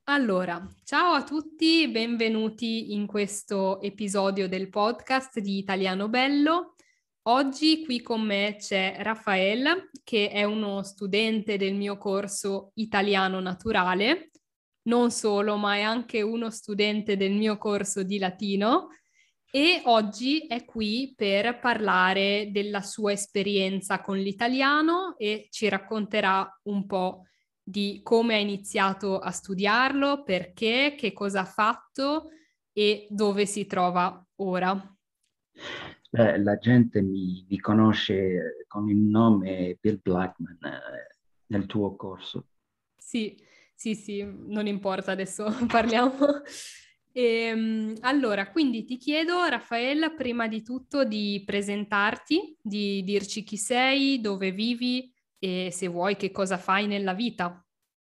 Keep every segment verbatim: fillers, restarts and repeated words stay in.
Allora, ciao a tutti, benvenuti in questo episodio del podcast di Italiano Bello. Oggi qui con me c'è Raffaele, che è uno studente del mio corso Italiano Naturale, non solo, ma è anche uno studente del mio corso di latino e oggi è qui per parlare della sua esperienza con l'italiano e ci racconterà un po' di come ha iniziato a studiarlo, perché, che cosa ha fatto e dove si trova ora. Beh, la gente mi, mi conosce con il nome Bill Blackman eh, nel tuo corso. Sì, sì, sì, non importa, adesso parliamo. Ehm, allora, quindi ti chiedo, Raffaella, prima di tutto di presentarti, di dirci chi sei, dove vivi e se vuoi che cosa fai nella vita.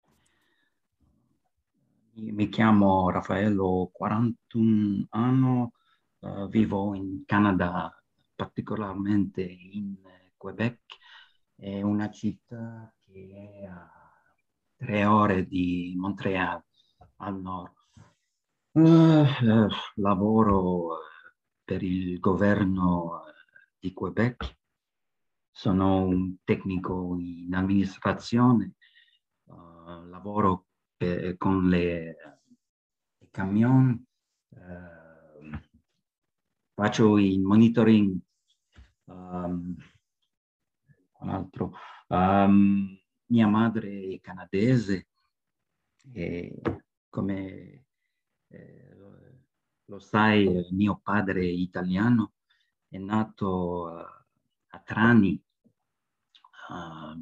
Mi, mi chiamo Raffaello, ho quarantuno anni, eh, vivo in Canada, particolarmente in Quebec, è una città che è a tre ore di Montréal, al nord. Eh, eh, lavoro eh, per il governo eh, di Quebec. Sono un tecnico in amministrazione, eh, lavoro per- con le, i camion, eh, faccio il monitoring, ehm, un altro. Ehm, mia madre è canadese e come eh, lo lo sai, eh, mio padre è italiano, è nato eh, a Trani, a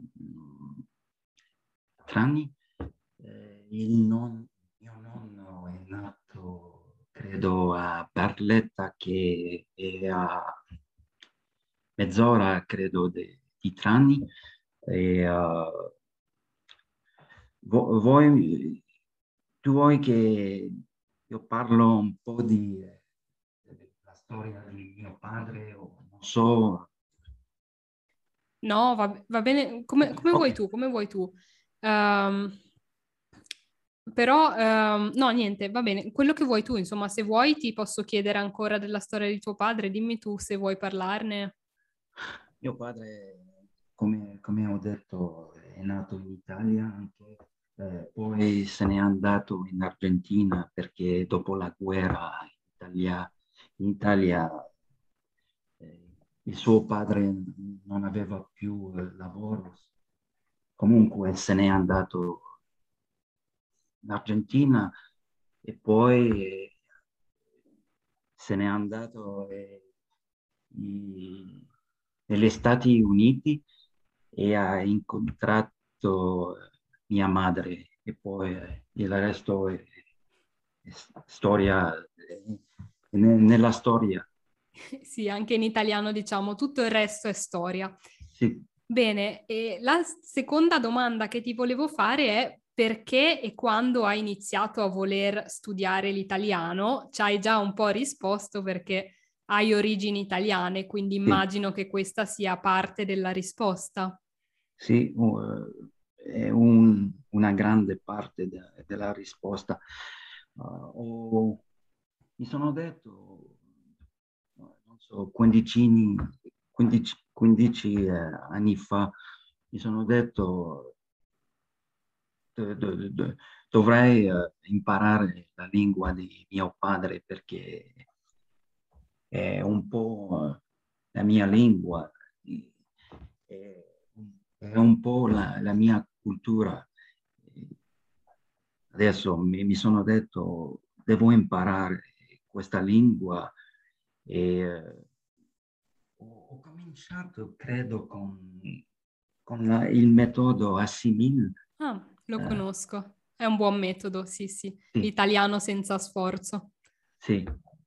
Trani. Eh, il non- mio nonno è nato, credo, a Barletta, che è a mezz'ora, credo, de- di Trani. E, eh, vo- voi, tu vuoi che io parlo un po' di, della storia di mio padre o non so? No, va, va bene, come, come Ok. vuoi tu, come vuoi tu. Ehm, però, ehm, no, niente, va bene, quello che vuoi tu, insomma, se vuoi ti posso chiedere ancora della storia di tuo padre, dimmi tu se vuoi parlarne. Mio padre, come, come ho detto, è nato in Italia anche, eh, poi se n'è andato in Argentina perché dopo la guerra in Italia, in Italia, eh, il suo padre non aveva più eh, lavoro. Comunque se n'è andato in Argentina e poi eh, se n'è andato eh, i- negli Stati Uniti e ha incontrato eh, mia madre e poi eh, il resto è, è storia, è ne- nella storia. Sì, anche in italiano diciamo tutto il resto è storia. Sì, Bene, e la seconda domanda che ti volevo fare è perché e quando hai iniziato a voler studiare l'italiano? Ci hai già un po' risposto perché hai origini italiane, quindi sì, immagino che questa sia parte della risposta. sì, uh, è un- una grande parte de- della risposta. Uh, ho- mi sono detto, no, non so, quindici, quindici quindici, eh, anni fa, mi sono detto, do- do- do- dovrei eh, imparare la lingua di mio padre perché è un po' la mia lingua, è, è un po' la, la mia cultura. Adesso mi, mi sono detto, devo imparare questa lingua e eh, ho, ho cominciato, credo, con, con la- il metodo Assimil. Ah, lo Eh, conosco. È un buon metodo, sì, sì. sì, Italiano senza sforzo. sì.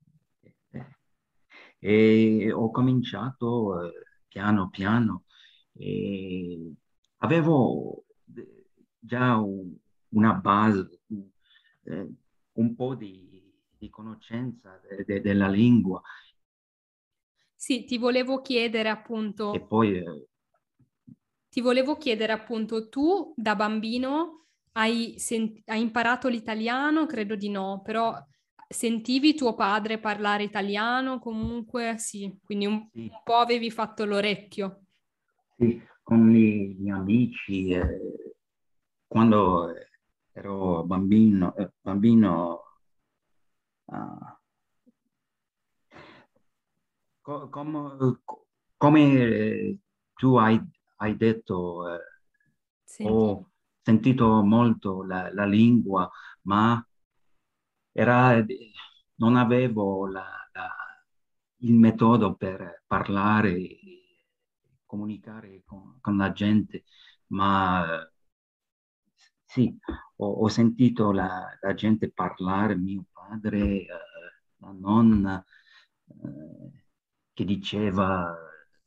E ho cominciato eh, piano piano e avevo eh, già un- una base, un, eh, un po' di, di conoscenza de- de- della lingua Sì, ti volevo chiedere e appunto poi eh, Ti volevo chiedere appunto tu da bambino, hai, sen- hai imparato l'italiano? Credo di no, però sentivi tuo padre parlare italiano? Comunque sì, quindi un, Sì, un po' avevi fatto l'orecchio. sì, con gli, gli amici, eh, quando ero bambino, eh, bambino ah, co- come, come, eh, tu hai, hai detto, eh, Sentivi. ho sentito molto la, la lingua, ma era, non avevo la- la- il metodo per parlare e comunicare con, con la gente, ma eh, sì, ho, ho sentito la, la gente parlare, mio padre, eh, la nonna, eh, che diceva,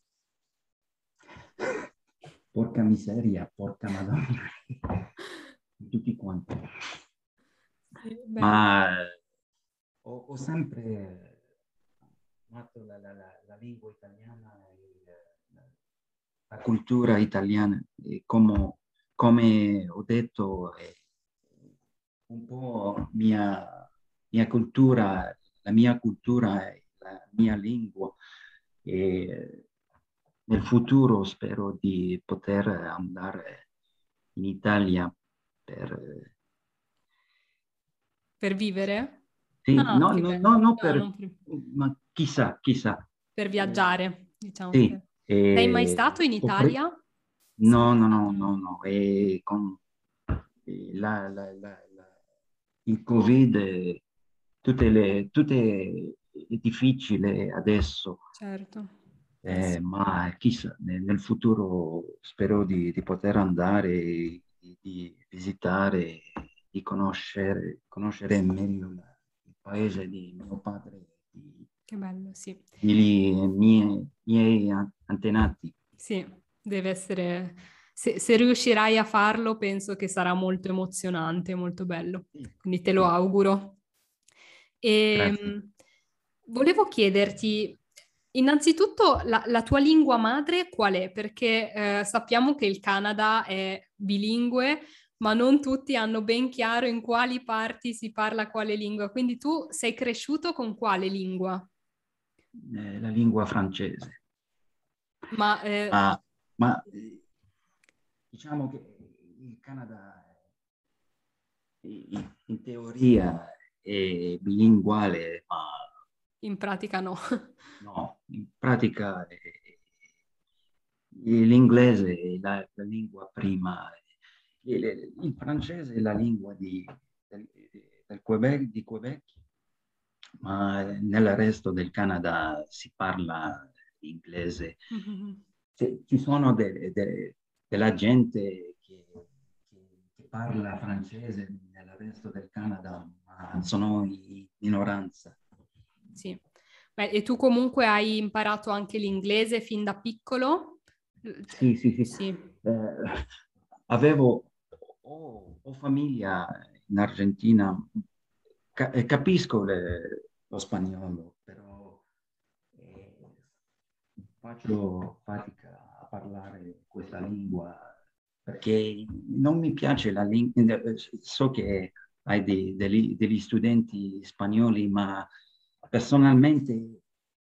porca miseria, porca Madonna, tutti quanti. Sì, bello. Ma eh, ho, ho sempre amato la, la- la- la lingua italiana e eh, la cultura italiana. E come, come ho detto, è un po' mia, mia cultura, la mia cultura e la mia lingua. E nel futuro spero di poter andare in Italia per... Per vivere? Sì, Ah, no, che no, bello. no, no No, per... non per, ma chissà, chissà. per Eh, viaggiare, diciamo. sì, per- Sei mai eh, stato in scopri- Italia? Sei no, mai no, no, stato? no, no. E con eh, la- la- la- la- il Covid, eh, tutte le, tutte è difficile adesso, Certo. Eh eh, sì. ma chissà, nel, nel futuro spero di, di poter andare, di, di visitare, di conoscere, conoscere meglio la- il paese di mio padre, di, Che bello, sì. di miei, miei antenati. Sì, deve essere... Se, se riuscirai a farlo, penso che sarà molto emozionante, molto bello. Sì, Quindi te lo sì, auguro. E, grazie. volevo chiederti, innanzitutto, la, la tua lingua madre qual è? Perché eh, sappiamo che il Canada è bilingue, ma non tutti hanno ben chiaro in quali parti si parla quale lingua. Quindi tu sei cresciuto con quale lingua? Eh, la lingua francese. Ma eh, Ma, ma, eh, diciamo che il Canada in, in teoria è bilinguale, ma in pratica no. no, in pratica è- l'inglese è la, la lingua prima. Il, il francese è la lingua di, del, del Quebec, di Quebec, ma nel resto del Canada si parla inglese. Mhm. Ci ci sono de- de- della gente che, che- che parla francese nel resto del Canada, ma sono in minoranza. Sì. Beh, e tu comunque hai imparato anche l'inglese fin da piccolo? Cioè, Sì, sì, sì. sì. Eh, avevo, ho, ho famiglia in Argentina, Ca- eh, capisco le- lo spagnolo, però eh, faccio fatica a parlare questa lingua perché non mi piace la lingua. So che hai dei- degli, degli studenti spagnoli, ma personalmente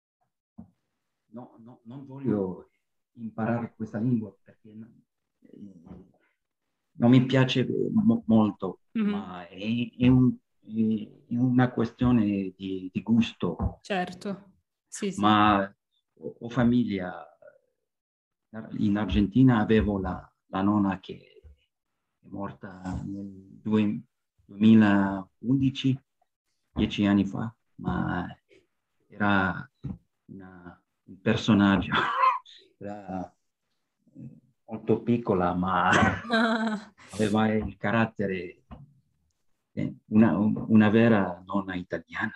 no, no, non voglio imparare questa lingua perché eh, non mi piace mo- molto, Mhm. ma è, è un- è una questione di, di gusto. Certo. Sì, sì. Ma ho, ho famiglia in Argentina, avevo la, la nonna che è morta nel due- duemilaundici, dieci anni fa, ma era una- un personaggio, era eh, molto piccola, ma Ah. aveva il carattere, eh, una, una vera nonna italiana.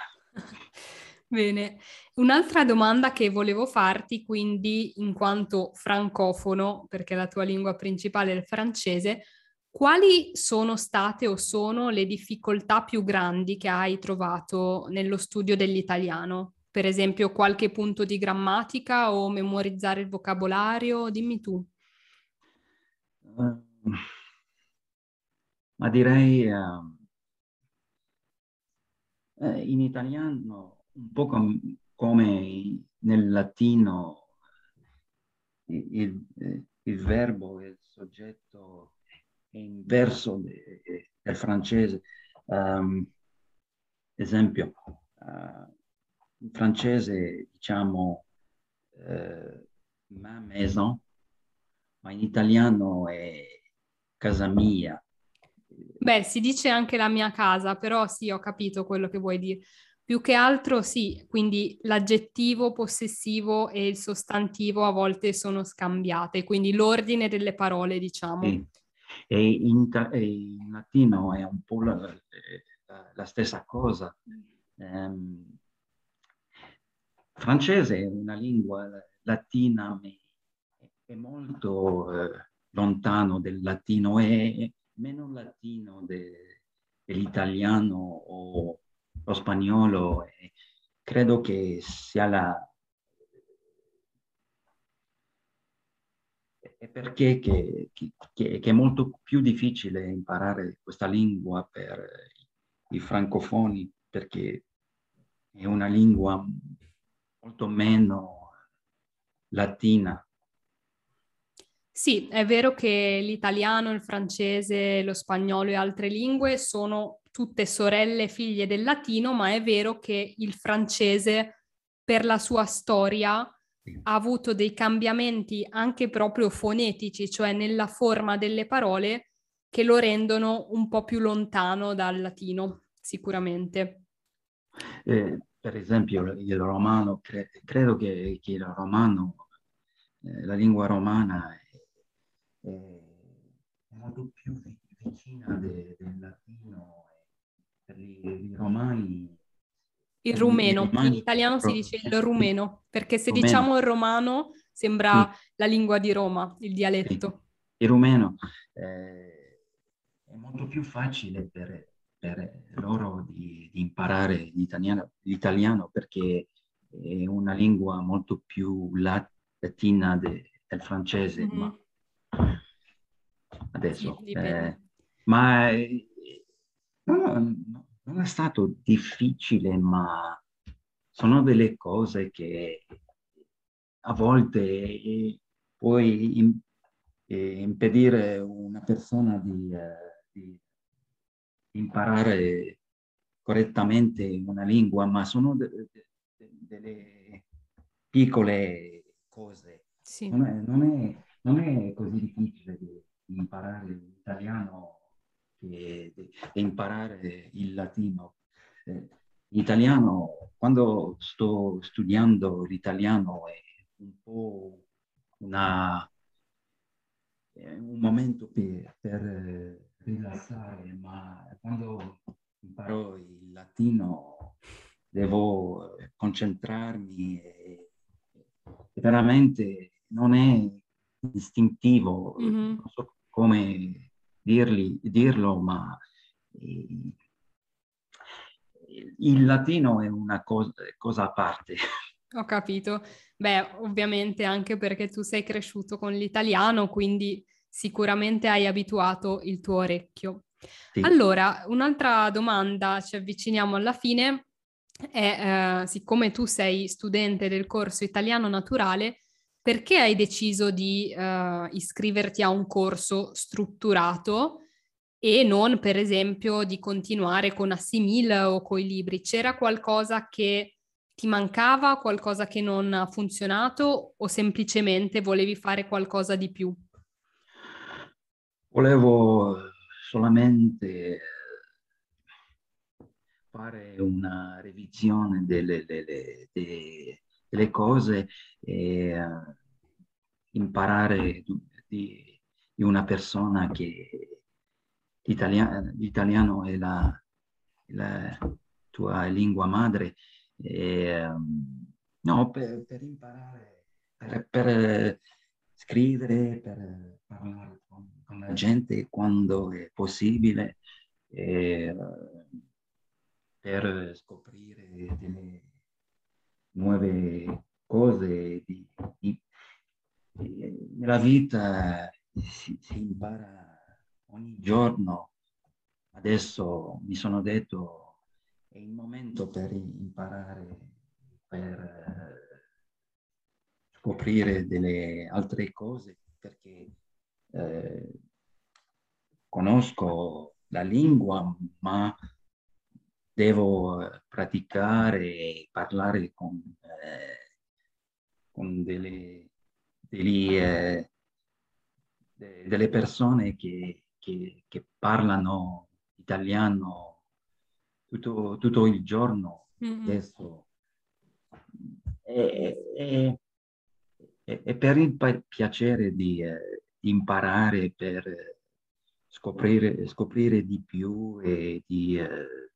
Bene, un'altra domanda che volevo farti, quindi in quanto francofono, perché la tua lingua principale è il francese, quali sono state o sono le difficoltà più grandi che hai trovato nello studio dell'italiano? Per esempio, qualche punto di grammatica o memorizzare il vocabolario? Dimmi tu. Eh, ma direi ehm, eh, in italiano un po' com- come nel latino il, il- eh, il verbo e il soggetto è inverso de- de- del francese. Ehm, esempio, eh, in francese diciamo eh, ma maison, ma in italiano è casa mia. Beh, si dice anche la mia casa, però sì, ho capito quello che vuoi dire. Più che altro sì, quindi l'aggettivo possessivo e il sostantivo a volte sono scambiate, quindi l'ordine delle parole, diciamo. Sì. E in, ta- e in latino è un po' la, la- la stessa cosa. Ehm, francese è una lingua latina, ma è molto eh, lontano del latino, è meno latino de- dell'italiano o lo spagnolo. E credo che sia la, è perché che, che- che- che è molto più difficile imparare questa lingua per i francofoni, perché è una lingua molto meno latina. Sì, è vero che l'italiano, il francese, lo spagnolo e altre lingue sono tutte sorelle figlie del latino, ma è vero che il francese, per la sua storia, Sì. ha avuto dei cambiamenti anche proprio fonetici, cioè nella forma delle parole, che lo rendono un po' più lontano dal latino, sicuramente. Eh, per esempio, il romano, cre- credo che, che il romano, eh, la lingua romana è, è molto più vi- vicina de- del latino. Per i, i romani, Il i, i rumeno, in romani, italiano si ro- dice il sì, rumeno, perché se rumeno, diciamo il romano sembra sì, la lingua di Roma, il sì, dialetto. il rumeno eh, è molto più facile per, per loro di, di imparare l'italiano, l'italiano perché è una lingua molto più lat- latina de- del francese, ma Mhm. Sì, adesso, dipende. eh, ma eh, no, no, non è stato difficile, ma sono delle cose che a volte eh, puoi im- eh, impedire una persona di, eh, di imparare correttamente una lingua, ma sono de- de- de- delle piccole cose. Sì. Non è, non è- non è così difficile di, di imparare l'italiano che di, di imparare il latino. Eh, l'italiano, quando sto studiando l'italiano, è un po' una, è un momento per, per eh, rilassare, ma quando imparo il latino devo eh, concentrarmi e, e veramente non è istintivo, Mhm. non so come dirli- dirlo, ma eh, il latino è una cosa, cosa a parte. Ho capito. Beh, ovviamente anche perché tu sei cresciuto con l'italiano, quindi sicuramente hai abituato il tuo orecchio. Sì. Allora, un'altra domanda, ci avviciniamo alla fine, è, eh, siccome tu sei studente del corso italiano naturale, perché hai deciso di, eh, iscriverti a un corso strutturato e non, per esempio, di continuare con Assimil o coi libri? C'era qualcosa che ti mancava, qualcosa che non ha funzionato o semplicemente volevi fare qualcosa di più? Volevo solamente fare una revisione delle, delle- de- delle cose e eh, imparare di, di una persona che l'italia- l'italiano è la, la tua lingua madre. E, ehm, no, per, per imparare, per, per scrivere, per parlare con, con la gente quando è possibile, e, per scoprire delle nuove cose. Di, di- di- nella vita si, si impara ogni giorno adesso mi sono detto è il momento per imparare, per eh, scoprire delle altre cose, perché eh, conosco la lingua, ma devo eh, praticare e parlare con, eh, con delle, degli, eh, de- delle persone che, che- che parlano italiano tutto, tutto il giorno. Mm-mm. Adesso è, è- è- è per il pa- piacere di, eh, di imparare, per eh, scoprire, scoprire di più e di eh,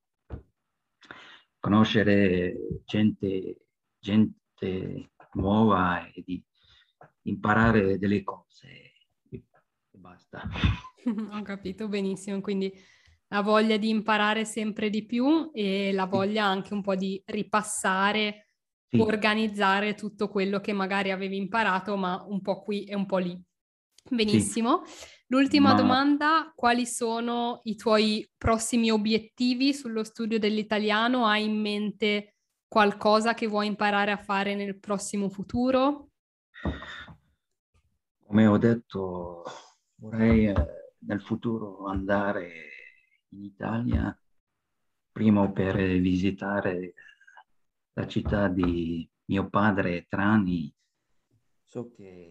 conoscere gente, gente nuova e di imparare delle cose e e basta. Ho capito benissimo, quindi la voglia di imparare sempre di più e la Sì, voglia anche un po' di ripassare, sì, organizzare tutto quello che magari avevi imparato, ma un po' qui e un po' lì. sì, Benissimo. L'ultima ma domanda, quali sono i tuoi prossimi obiettivi sullo studio dell'italiano? Hai in mente qualcosa che vuoi imparare a fare nel prossimo futuro? come ho detto, vorrei eh, nel futuro andare in Italia, primo per visitare la città di mio padre, Trani. So che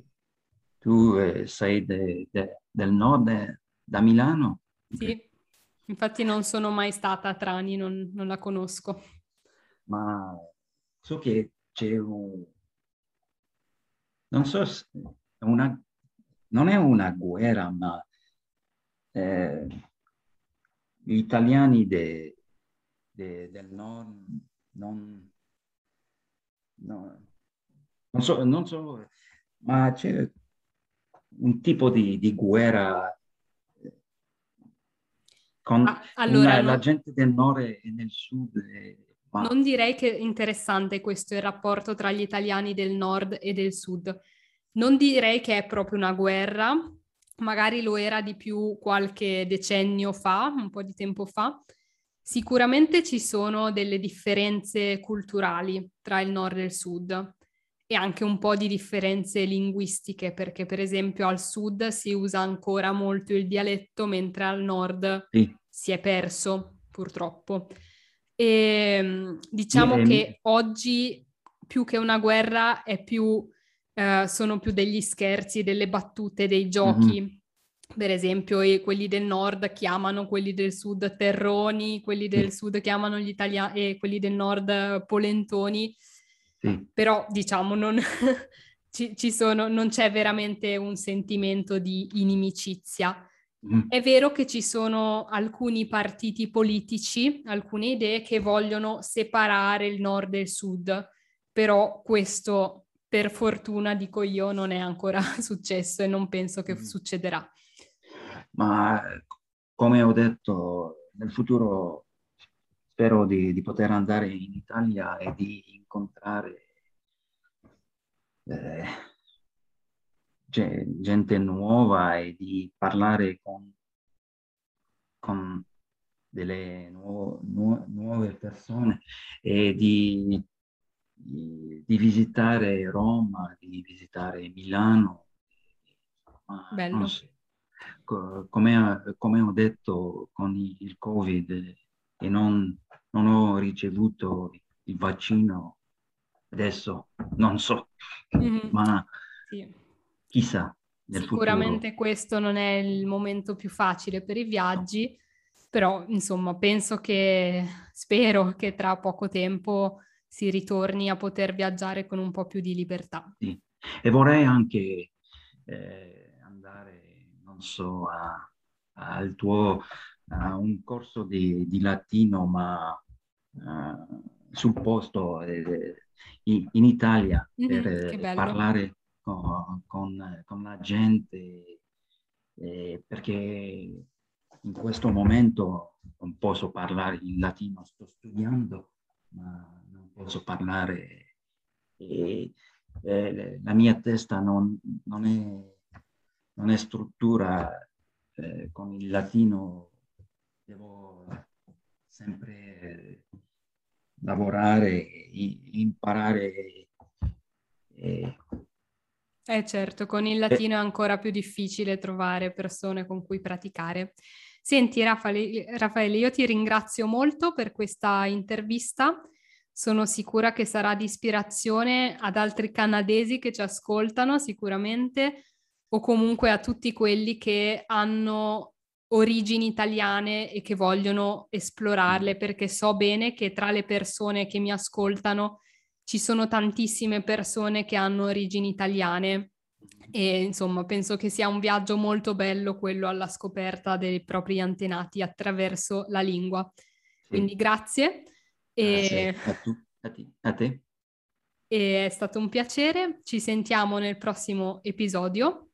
tu eh, sei de- de- del nord, eh, da Milano. Ok. Sì, infatti non sono mai stata a Trani, non, non la conosco. Ma so che c'è un, non so, se è una, non è una guerra, ma eh, gli italiani de- de- del nord non, no, non so, non so, ma c'è un tipo di, di guerra eh, con Ah, allora, una- la no- gente del nord e del sud, eh, ma non direi che è interessante questo il rapporto tra gli italiani del nord e del sud. Non direi che è proprio una guerra, magari lo era di più qualche decennio fa, un po' di tempo fa. Sicuramente ci sono delle differenze culturali tra il nord e il sud e anche un po' di differenze linguistiche, perché per esempio al sud si usa ancora molto il dialetto, mentre al nord sì. si è perso, purtroppo. E Mi- diciamo eh, mi- che oggi più che una guerra è più, eh, sono più degli scherzi, delle battute, dei mhm, giochi. Per esempio, e quelli del nord chiamano quelli del sud terroni, quelli del sì, sud chiamano gli italiani e quelli del nord eh, polentoni. sì, Però diciamo non, ci, ci sono, non c'è veramente un sentimento di inimicizia. mhm. È vero che ci sono alcuni partiti politici, alcune idee che vogliono separare il nord e il sud, però questo per fortuna, dico io, non è ancora successo e non penso che Mhm. succederà. Ma eh, come ho detto, nel futuro spero di, di poter andare in Italia e di incontrare eh, ge- gente nuova e di parlare con, con delle nuo- nuo- nuove persone e di, di- di visitare Roma, di visitare Milano, ma non Bello. so. Co- Come, come ho detto con i- il Covid e non, non ho ricevuto il vaccino, adesso non so, Mhm. ma Sì. chissà nel futuro. Sicuramente questo non è il momento più facile per i No, viaggi, però insomma penso che, spero che tra poco tempo si ritorni a poter viaggiare con un po' più di libertà. sì. E vorrei anche eh, andare, non so, a- al tuo, a un corso di, di latino, ma eh, sul posto eh, in, in Italia per Mhm, che eh, bello. parlare con, con- con la gente, eh, perché in questo momento non posso parlare in latino, sto studiando, ma non posso parlare. E, eh, la mia testa non, non è, non è struttura eh, con il latino devo sempre lavorare, i- imparare. E, Eh certo, con il e- latino è ancora più difficile trovare persone con cui praticare. Senti, Raffaele, Raffaele, io ti ringrazio molto per questa intervista. Sono sicura che sarà di ispirazione ad altri canadesi che ci ascoltano sicuramente, o comunque a tutti quelli che hanno origini italiane e che vogliono esplorarle, perché so bene che tra le persone che mi ascoltano ci sono tantissime persone che hanno origini italiane e insomma penso che sia un viaggio molto bello quello alla scoperta dei propri antenati attraverso la lingua. sì, Quindi grazie e, grazie a tu, a ti- a te. e è stato un piacere. Ci sentiamo nel prossimo episodio.